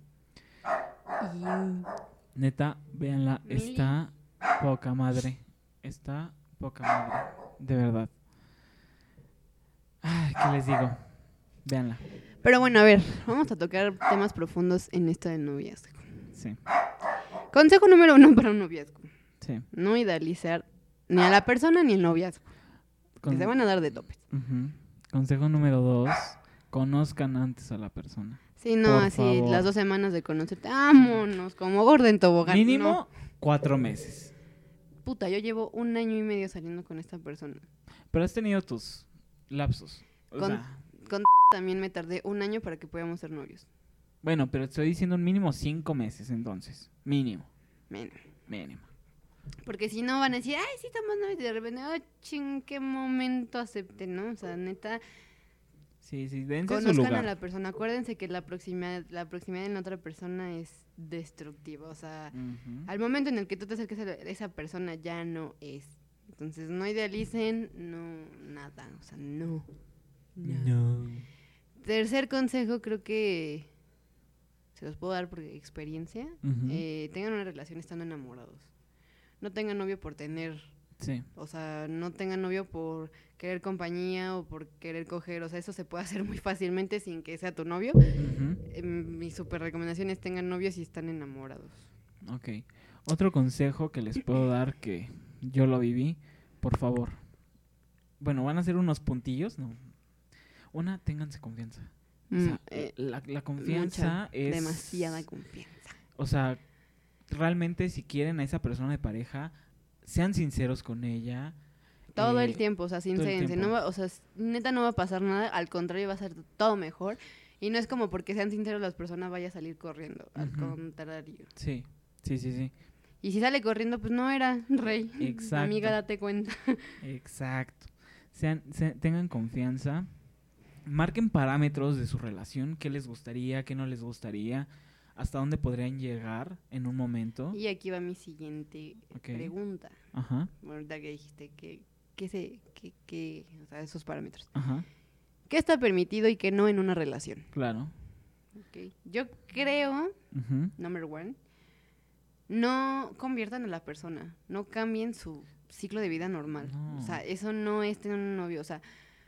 Y- Neta, véanla, Mili. está poca madre. Está poca madre, de verdad. Ay, ¿qué les digo? Véanla, Pero bueno, a ver, vamos a tocar temas profundos en esto del noviazgo. sí, Consejo número uno para un noviazgo. sí. No idealizar ni a la persona ni el noviazgo. Con- Que se van a dar de topes. Ujú. Consejo número dos, conozcan antes a la persona. Sí, no, Por así favor. las dos semanas de conocerte, vámonos, como gorda en tobogán. Mínimo No. cuatro meses. Puta, yo llevo un año y medio saliendo con esta persona. Pero has tenido tus lapsos. O Con- sea, Con también me tardé un año para que podamos ser novios. bueno, pero estoy diciendo un mínimo cinco meses entonces. Mínimo, Men. mínimo. Porque si no van a decir, ay, sí, estamos novios. Y de repente, oh, ching, qué momento acepté, ¿no? O sea, neta, Sí, sí, dense su conozcan lugar. a la persona. Acuérdense que la proximidad, la proximidad en la otra persona es destructiva. O sea, Ujú. al momento en el que tú te acerques a la- esa persona ya no es. Entonces, no idealicen, no, nada. O sea, no. No. Tercer consejo, creo que se los puedo dar por experiencia. Ujú. Eh, tengan una relación estando enamorados. No tengan novio por tener, Sí. o sea, no tengan novio por querer compañía o por querer coger. O sea, eso se puede hacer muy fácilmente sin que sea tu novio. Ujú. Eh, mi super recomendación es tengan novios si están enamorados. Ok. Otro consejo que les puedo dar que yo lo viví, por favor. Bueno, van a ser unos puntillos, ¿no? Una, ténganse confianza. O sea, Mm, eh, la, la confianza mucha, es... demasiada confianza. O sea, realmente si quieren a esa persona de pareja, sean sinceros con ella. Todo eh, el tiempo, o sea, todo el sincérense. tiempo. No va, o sea, s- neta no va a pasar nada, al contrario va a ser todo mejor. Y no es como porque sean sinceros las personas vaya a salir corriendo, al Ujú. contrario. Sí, sí, sí, sí. Y si sale corriendo, pues no era rey. Exacto. Amiga, date cuenta. Exacto. Sean, se- tengan confianza. Marquen parámetros de su relación, qué les gustaría, qué no les gustaría, hasta dónde podrían llegar en un momento. Y aquí va mi siguiente Ok. pregunta. Ajá, Bueno, ahorita que dijiste que, que se, que, que, o sea, esos parámetros. ajá, ¿Qué está permitido y qué no en una relación? claro. Ok. Yo creo, Ujú. number one, no conviertan a la persona, no cambien su ciclo de vida normal. No. O sea, eso no es tener un novio. O sea,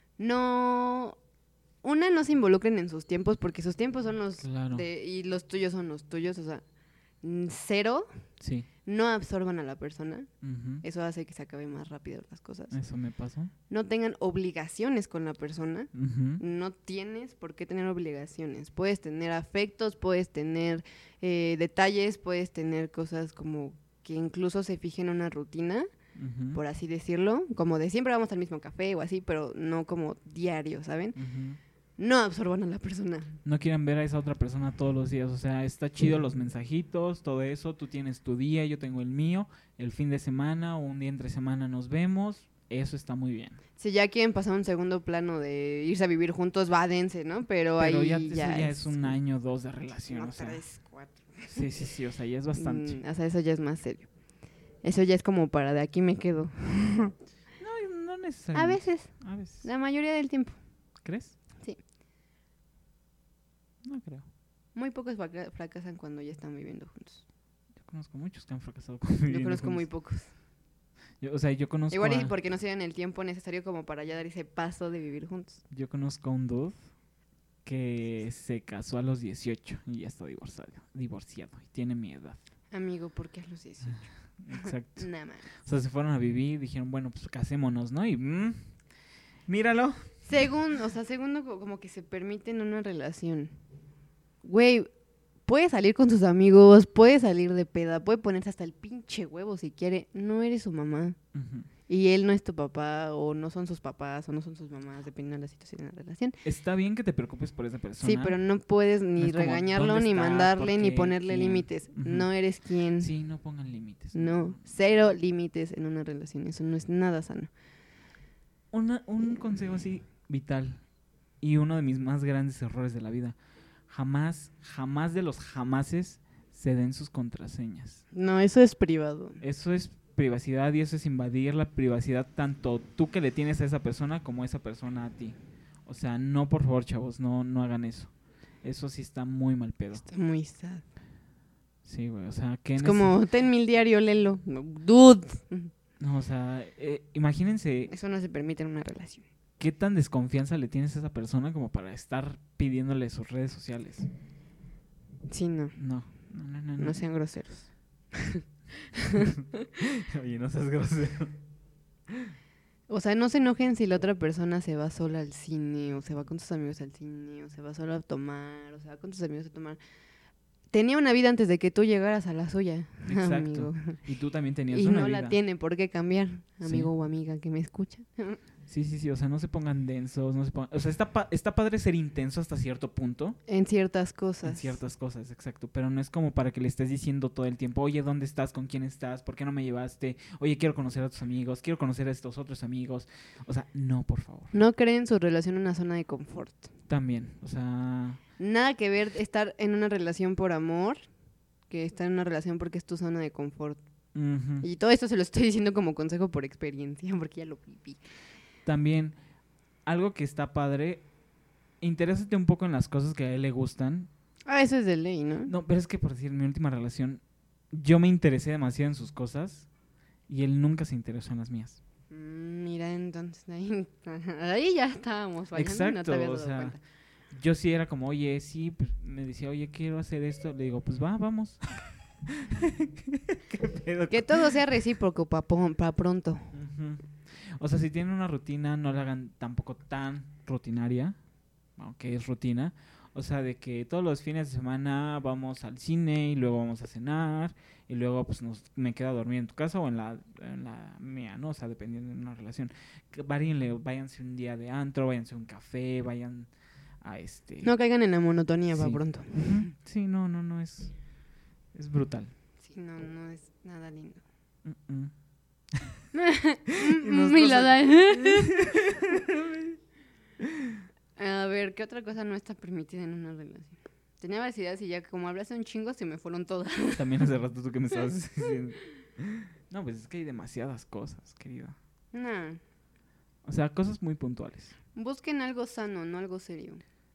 no. Una, no se involucren en sus tiempos porque sus tiempos son los Claro. de, y los tuyos son los tuyos. O sea, mm, cero, Sí. no absorban a la persona. Ujú. Eso hace que se acabe más rápido las cosas. Eso me pasó. No tengan obligaciones con la persona. Ujú. No tienes por qué tener obligaciones. Puedes tener afectos, puedes tener eh, detalles, puedes tener cosas como que incluso se fijen en una rutina, Ujú. por así decirlo, como de siempre vamos al mismo café o así, pero no como diario, ¿saben? Ujú. No absorban a la persona. No quieran ver a esa otra persona todos los días. O sea, está chido los mensajitos, todo eso. Tú tienes tu día, yo tengo el mío. El fin de semana o un día entre semana nos vemos. Eso está muy bien. Si ya quieren pasar a un segundo plano de irse a vivir juntos, va, dense, ¿no? Pero, Pero ahí ya, ya, eso ya es un año o dos de relación. no, O sea, tres, cuatro. sí, sí, sí. O sea, ya es bastante. Mm, o sea, eso ya es más serio. Eso ya es como para de aquí me quedo. No, no A necesariamente. veces, A veces. la mayoría del tiempo. ¿Crees? Sí. No creo. Muy pocos fraca- fracasan cuando ya están viviendo juntos. Yo conozco muchos que han fracasado con Yo viviendo conozco muy juntos. pocos. Yo, o sea, yo conozco, Igual y a, porque no se dan el tiempo necesario como para ya dar ese paso de vivir juntos. yo conozco a un dude que se casó a los dieciocho y ya está divorciado, divorciado y tiene mi edad. Amigo, ¿por qué a los dieciocho? Exacto. Nada más. O sea, se fueron a vivir y dijeron, bueno, pues casémonos, ¿no? Y mm, míralo. Según, o sea, segundo, co- como que se permite en una relación. Güey, puede salir con sus amigos, puede salir de peda, puede ponerse hasta el pinche huevo si quiere. No eres su mamá. Ujú. Y él no es tu papá, o no son sus papás, o no son sus mamás, dependiendo de la situación de la relación. Está bien que te preocupes por esa persona. Sí, pero no puedes ni No es como, regañarlo, ¿dónde ni estás? mandarle, ¿Por ni qué? ponerle ¿Quién? límites. Ujú. No eres quien. Sí, no pongan límites. No, cero límites en una relación. Eso no es nada sano. Una, un consejo así vital y uno de mis más grandes errores de la vida. Jamás, jamás de los jamases se den sus contraseñas. No, eso es privado. Eso es privacidad y eso es invadir la privacidad tanto tú que le tienes a esa persona como esa persona a ti. O sea, no, por favor, chavos, no, no hagan eso. Eso sí está muy mal pedo. Está muy sad. Sí, güey, o sea, que Es como, ten mil diario, lelo. No, dude. No, o sea, eh, imagínense Eso no se permite en una relación. qué tan desconfianza le tienes a esa persona como para estar pidiéndole sus redes sociales. Sí, no. No, no, no, no. no. No sean groseros. Oye, no seas grosero. O sea, no se enojen si la otra persona se va sola al cine, o se va con sus amigos al cine, o se va sola a tomar, o se va con sus amigos a tomar. Tenía una vida antes de que tú llegaras a la suya, Exacto. amigo. Y tú también tenías Y una no vida. la tiene por qué cambiar, Sí. amigo o amiga que me escucha. Sí, sí, sí, o sea, no se pongan densos, no se pongan... O sea, está, pa- está padre ser intenso hasta cierto punto. En ciertas cosas. En ciertas cosas, exacto. Pero no es como para que le estés diciendo todo el tiempo, oye, ¿dónde estás? ¿Con quién estás? ¿Por qué no me llevaste? Oye, quiero conocer a tus amigos, quiero conocer a estos otros amigos. O sea, no, por favor. No creen su relación en una zona de confort. También, o sea... Nada que ver estar en una relación por amor que estar en una relación porque es tu zona de confort. ujú. Y todo esto se lo estoy diciendo como consejo por experiencia, porque ya lo viví. También, algo que está padre, interésate un poco en las cosas que a él le gustan. Ah, eso es de ley, ¿no? No, pero es que por decir, en mi última relación, yo me interesé demasiado en sus cosas y él nunca se interesó en las mías. Mm, mira, entonces ahí, ahí ya estábamos fallando y no Exacto, te habías o dado sea, cuenta. yo sí era como, oye, sí, pues, me decía, oye, quiero hacer esto. Le digo, pues va, vamos. ¿Qué pedo? Que todo sea recíproco para pronto. Ujú. O sea, si tienen una rutina, no la hagan tampoco tan rutinaria, aunque es rutina. O sea, de que todos los fines de semana vamos al cine y luego vamos a cenar y luego pues nos, me quedo a dormir en tu casa o en la, en la mía, ¿no? O sea, dependiendo de una relación. Que varíenle, váyanse un día de antro, váyanse a un café, vayan a este... No caigan en la monotonía para Sí. pronto. Ujú. Sí, no, no, no, es, es brutal. Sí, no, no es nada lindo. Mm, mm. Mm, nosotros y la aquí- da- A ver, ¿qué otra cosa no está permitida en una relación? Tenía varias ideas y ya como hablaste un chingo se me fueron todas. También hace rato tú que me estabas diciendo. No, pues es que hay demasiadas cosas, querido. No, O sea, cosas muy puntuales. busquen algo sano, no algo serio.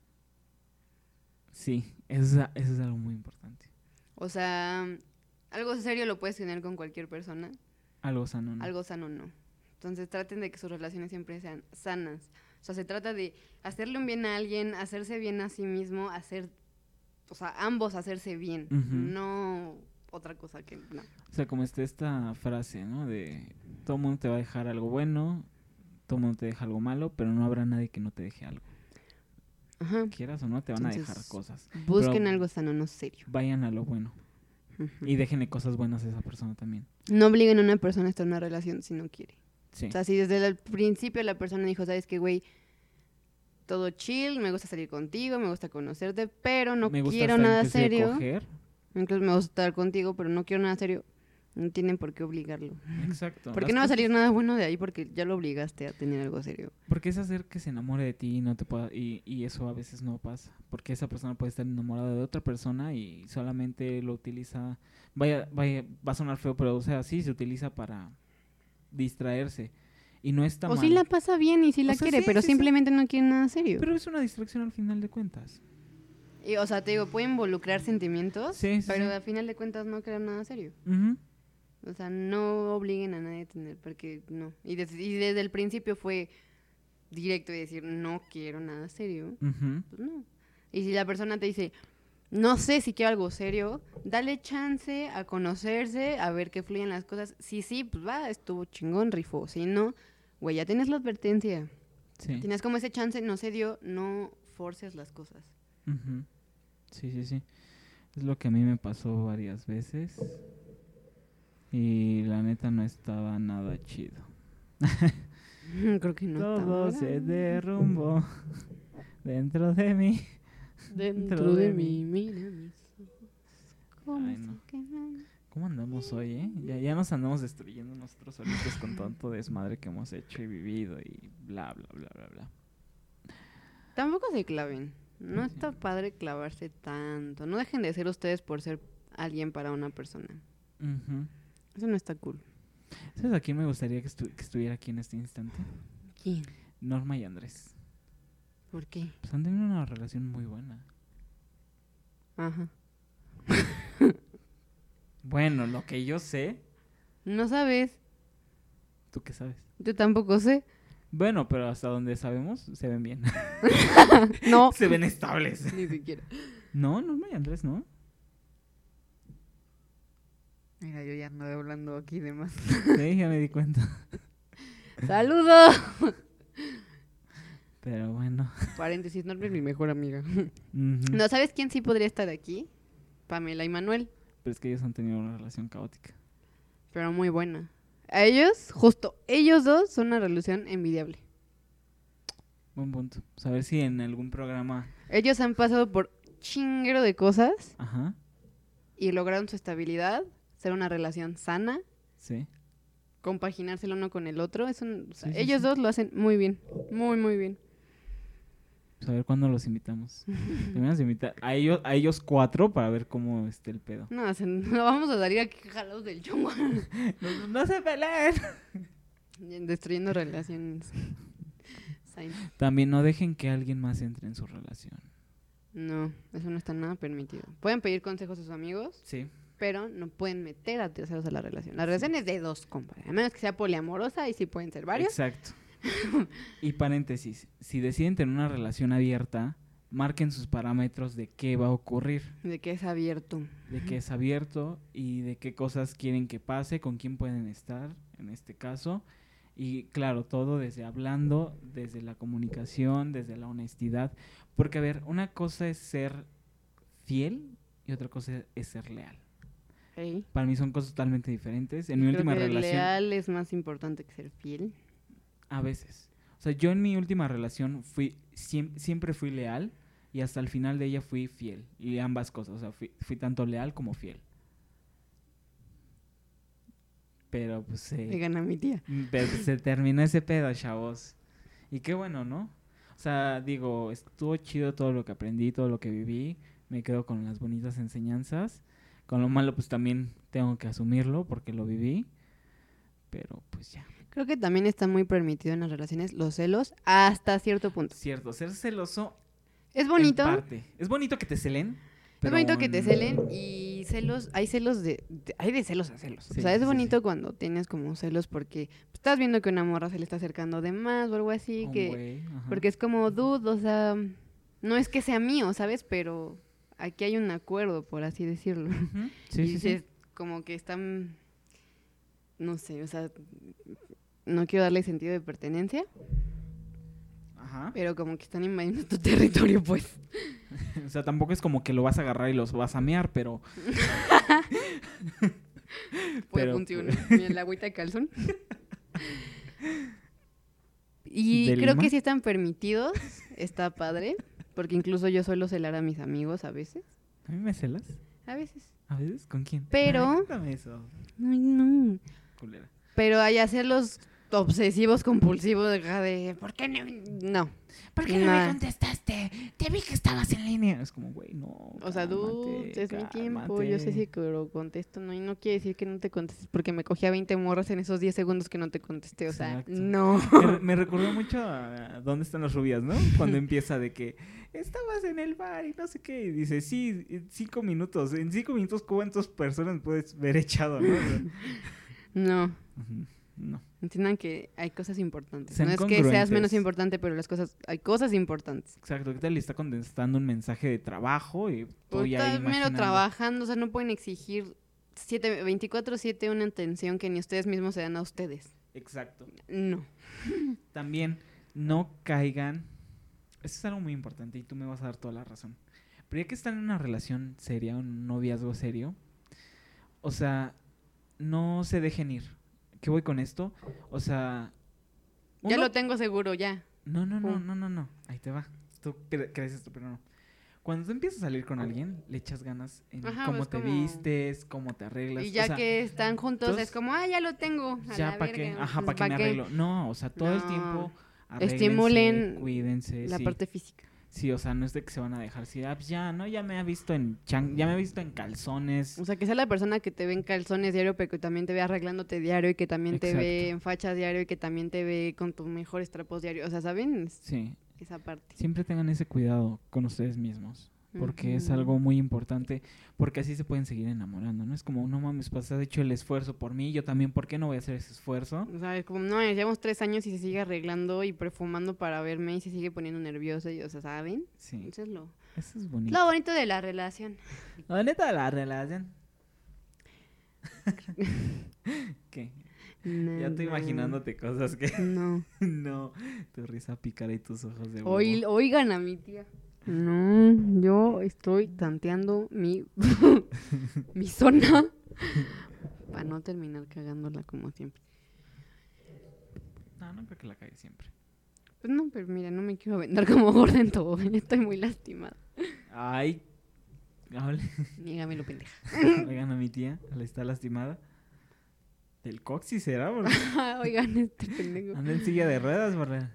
Sí, eso es, eso es algo muy importante. O sea, algo serio lo puedes tener con cualquier persona, Algo sano, ¿no? algo sano no. Entonces traten de que sus relaciones siempre sean sanas. O sea, se trata de hacerle un bien a alguien, hacerse bien a sí mismo, hacer, o sea, ambos hacerse bien, Ujú. no otra cosa que no. O sea, como está esta frase, ¿no? De todo mundo te va a dejar algo bueno, todo mundo te deja algo malo, pero no habrá nadie que no te deje algo. Ajá. Quieras o no, te van a dejar Entonces, cosas. Busquen Pero- algo sano, no serio. Vayan a lo bueno Ujú. y déjenle cosas buenas a esa persona también. No obliguen a una persona a estar en una relación si no quiere. Sí. O sea, si desde el principio la persona dijo, sabes qué, güey, todo chill, me gusta salir contigo, me gusta conocerte, pero no me gusta quiero hasta nada inclusive serio. coger. Incluso me gusta estar contigo, pero no quiero nada serio. No tienen por qué obligarlo. Exacto. Porque Las no va a cosas- salir nada bueno de ahí porque ya lo obligaste a tener algo serio. Porque es hacer que se enamore de ti y no te pueda, y, y eso a veces no pasa. Porque esa persona puede estar enamorada de otra persona y solamente lo utiliza. Vaya, vaya, va a sonar feo, pero o sea, sí se utiliza para distraerse. Y no está O mal. sí la pasa bien y sí O la sea, quiere, sí, pero sí, sí. simplemente no quiere nada serio. Pero es una distracción al final de cuentas. Y, o sea, te digo, puede involucrar sentimientos, Sí, sí, pero sí. al final de cuentas no querer nada serio. Ujú. O sea, no obliguen a nadie a tener, porque no. Y, des- y desde el principio fue directo y decir, no quiero nada serio, Ujú. pues no. Y si la persona te dice, no sé si quiero algo serio, dale chance a conocerse, a ver qué fluyen las cosas. Si sí, pues va, estuvo chingón, rifó. Si no, güey, ya tienes la advertencia. Sí. Tienes como ese chance, no se dio, no forces las cosas. Ujú. Sí, sí, sí. Es lo que a mí me pasó varias veces. Y la neta no estaba nada chido. Creo que no. Todo estaba se grave. derrumbó dentro de mí. Dentro de mí, mira mis ojos. ¿Cómo Ay, se no. queman? ¿Cómo andamos hoy, eh? Ya, ya nos andamos destruyendo nosotros solitos con tanto desmadre que hemos hecho y vivido y bla, bla, bla, bla, bla. Tampoco se claven. No Sí. está padre clavarse tanto. No dejen de ser ustedes por ser alguien para una persona. Ujú. Eso no está cool. ¿Sabes a quién me gustaría que, estu- que estuviera aquí en este instante? ¿Quién? Norma y Andrés. ¿Por qué? Pues han tenido una relación muy buena. Ajá. Bueno, lo que yo sé, No sabes. ¿tú qué sabes? Yo tampoco sé. Bueno, pero hasta donde sabemos, se ven bien. No. Se ven estables. Ni siquiera. No, Norma y Andrés, ¿no? Mira, yo ya ando hablando aquí de más. Sí, ya me di cuenta. ¡Saludos! Pero bueno. Paréntesis, Norma es mi mejor amiga. Ujú. No, ¿sabes quién sí podría estar aquí? Pamela y Manuel, Pero es que ellos han tenido una relación caótica. pero muy buena. A ellos, justo, ellos dos son una relación envidiable. Buen punto. Saber si en algún programa... Ellos han pasado por chinguero de cosas Ajá, y lograron su estabilidad, ser una relación sana, sí. compaginarse el uno con el otro. Es un, o sea, Sí, sí, ellos sí. dos lo hacen muy bien, muy, muy bien. Saber cuándo los invitamos. Debemos invitar a ellos, a ellos cuatro para ver cómo esté el pedo. No, o sea, no vamos a salir aquí jalados del chongo, No, no se peleen. destruyendo relaciones. Sain. También no dejen que alguien más entre en su relación. No, eso no está nada permitido. Pueden pedir consejos a sus amigos, Sí. pero no pueden meter a terceros a la relación. La relación es de dos, compadre. A menos que sea poliamorosa y sí pueden ser varios. Exacto. Y paréntesis, si deciden tener una relación abierta, marquen sus parámetros de qué va a ocurrir, De que es abierto. de qué es abierto y de qué cosas quieren que pase, con quién pueden estar, en este caso. Y claro, todo desde hablando, desde la comunicación, desde la honestidad. Porque, a ver, una cosa es ser fiel y otra cosa es ser leal. ¿Sí? Para mí son cosas totalmente diferentes. En mi Creo última que relación... leal es más importante que ser fiel. A veces. O sea, yo en mi última relación fui siem- siempre fui leal y hasta el final de ella fui fiel. Y ambas cosas. O sea, fui, fui tanto leal como fiel. Pero pues Me se, gana mi tía. pero, pues, se terminó ese pedo, chavos. Y qué bueno, ¿no? O sea, digo, estuvo chido todo lo que aprendí, todo lo que viví. Me quedo con las bonitas enseñanzas. Con lo malo, pues también tengo que asumirlo porque lo viví. Pero pues ya. Creo que también está muy permitido en las relaciones los celos hasta cierto punto. Cierto, ser celoso Es bonito. en parte. Es bonito que te celen. Es pero bonito que te en- celen y celos, hay celos de, de- hay de celos a celos. Sí, o sea, es sí, sí, bonito sí. cuando tienes como celos porque estás viendo que una morra se le está acercando de más o algo así, Un que güey, ajá. porque es como dude, o sea, no es que sea mío, ¿sabes? Pero aquí hay un acuerdo, por así decirlo. Ujú, sí, y sí, sí. dices, como que están, no sé, o sea, no quiero darle sentido de pertenencia, Ajá. pero como que están invadiendo tu territorio, pues. O sea, tampoco es como que lo vas a agarrar y los vas a mear, pero... Puede Pero, funcionar. Mira, el agüita de calzón. Y ¿De creo Lima? que sí están permitidos. Está padre. Porque incluso yo suelo celar a mis amigos a veces. ¿A mí me celas? A veces. ¿A veces? ¿Con quién? Pero- Ay, cuéntame eso, Ay, no. culera. Pero hay hacerlos obsesivos, compulsivos, de, de ¿por qué no? No. ¿Por qué no me Nah. contestaste? Te vi que estabas en línea. Es como, güey, no. O sea, dude, es mi tiempo. Yo sé si que lo contesto, no. Y no quiere decir que no te contestes porque me cogí a veinte morras en esos diez segundos que no te contesté. O sea, Exacto. no. Me, me recordó mucho a ¿Dónde están las rubias, no? Cuando empieza de que estabas en el bar y no sé qué. Y dice, sí, en cinco minutos. En cinco minutos, ¿cuántas personas puedes ver echado, no? O sea, No. ujú, no. Entiendan que hay cosas importantes. Sean no es que seas congruentes. menos importante, pero las cosas, hay cosas importantes. Exacto. ¿Qué tal? Le está contestando un mensaje de trabajo y tú Pues ya ahí estás mero imaginando. trabajando, o sea, no pueden exigir siete, veinticuatro siete una atención que ni ustedes mismos se dan a ustedes. Exacto. No. También no caigan. Eso es algo muy importante y tú me vas a dar toda la razón. Pero ya que están en una relación seria, un noviazgo serio, o sea, no se dejen ir. ¿Qué voy con esto? O sea... Ya uno- lo tengo seguro, ya. No, no, no, Oh. no, no, no. Ahí te va. Tú cre- crees esto, pero no. Cuando tú empiezas a salir con alguien, le echas ganas en Ajá, cómo pues, te como- vistes, cómo te arreglas. Y o ya sea, que están juntos, entonces, es como, ah, ya lo tengo. A ya la para qué, verga, ajá, pues, para qué me ¿pa' arreglo. No, o sea, todo el No. tiempo arréglense, Estimulen cuídense, La sí. parte física. Sí, o sea, no es de que se van a dejar. Sí, ah, pues ya, no, ya me ha visto en chan- ya me ha visto en calzones. O sea, que sea la persona que te ve en calzones diario, pero que también te ve arreglándote diario y que también te ve Exacto. en fachas diario y que también te ve con tus mejores trapos diario. O sea, ¿saben? Es- Sí, Esa parte. siempre tengan ese cuidado con ustedes mismos. Porque es Ujú. algo muy importante, porque así se pueden seguir enamorando, ¿no? Es como, no mames, pues has hecho el esfuerzo por mí, yo también, ¿por qué no voy a hacer ese esfuerzo? O sea, es como, no, llevamos tres años y se sigue arreglando y perfumando para verme y se sigue poniendo nerviosa. Y, o sea, ¿saben? Sí, Eso es lo, eso es bonito. lo bonito de la relación. La neta de la relación. ¿Qué? Ya estoy Nada. imaginándote cosas que... No. No, tu risa pícara y tus ojos de huevo. Oí- oigan a mi tía. No, yo estoy tanteando mi, mi zona para no terminar cagándola como siempre. No, no creo que la cague siempre. Pues no, pero mira, no me quiero vender como gorda en todo. Estoy muy lastimada. Ay, hable. Dígamelo, pendeja. Oigan a mi tía, le está lastimada. Del coxis será, porque Oigan, este pendejo. anda en silla de ruedas, borra.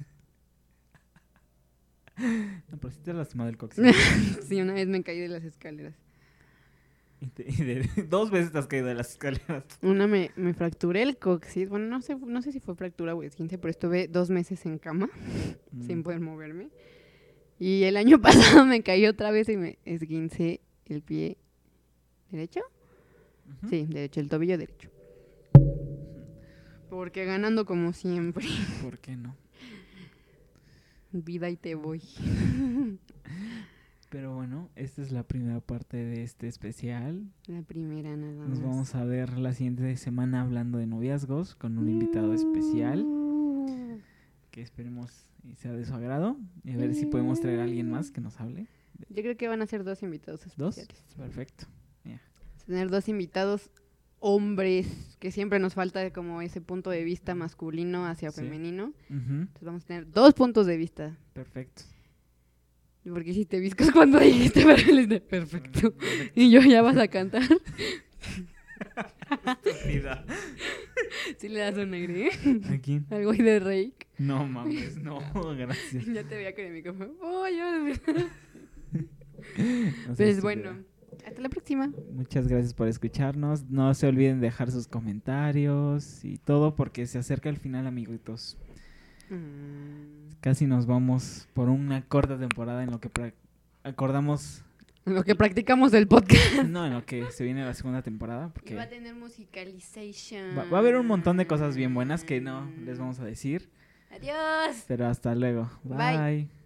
No, pero sí te lastimó del coxis. Sí, una vez me caí de las escaleras. Y, te- y de- dos veces te has caído de las escaleras. Una me, me fracturé el coxis. Bueno, no sé, no sé si fue fractura o esguince, pero estuve dos meses en cama Mm. sin poder moverme. Y el año pasado me caí otra vez y me esguincé el pie derecho. Ujú. Sí, derecho, el tobillo derecho. Porque ganando como siempre. ¿Por qué no? Vida y te voy. Pero bueno, esta es la primera parte de este especial. La primera nada más. Nos vamos a ver la siguiente semana hablando de noviazgos con un invitado especial que esperemos y sea de su agrado. Y a ver si podemos traer a alguien más que nos hable. Yo creo que van a ser dos invitados ¿Dos? especiales. Perfecto. Ya. Tener dos invitados hombres, que siempre nos falta como ese punto de vista masculino hacia Sí. femenino. Ujú. Entonces vamos a tener dos puntos de vista. Perfecto. Porque si te viscas cuando dijiste perfecto. Y yo ya vas a cantar. Estúpida. Sí le das un aire, ¿eh? ¿A quién? Algo ahí de Rake. No mames, no, gracias. Ya te veía con el micrófono. Oh, ya. No seas Pues estúpida. bueno, hasta la próxima. Muchas gracias por escucharnos. No se olviden dejar sus comentarios y todo porque se acerca el final, amiguitos. Mm, Casi nos vamos por una corta temporada en lo que pra- acordamos, Lo que practicamos el podcast. no, en lo que se viene la segunda temporada, porque Y va a va, tener musicalization. va a haber un montón de cosas bien buenas que no les vamos a decir, Adiós. pero hasta luego. Bye. Bye.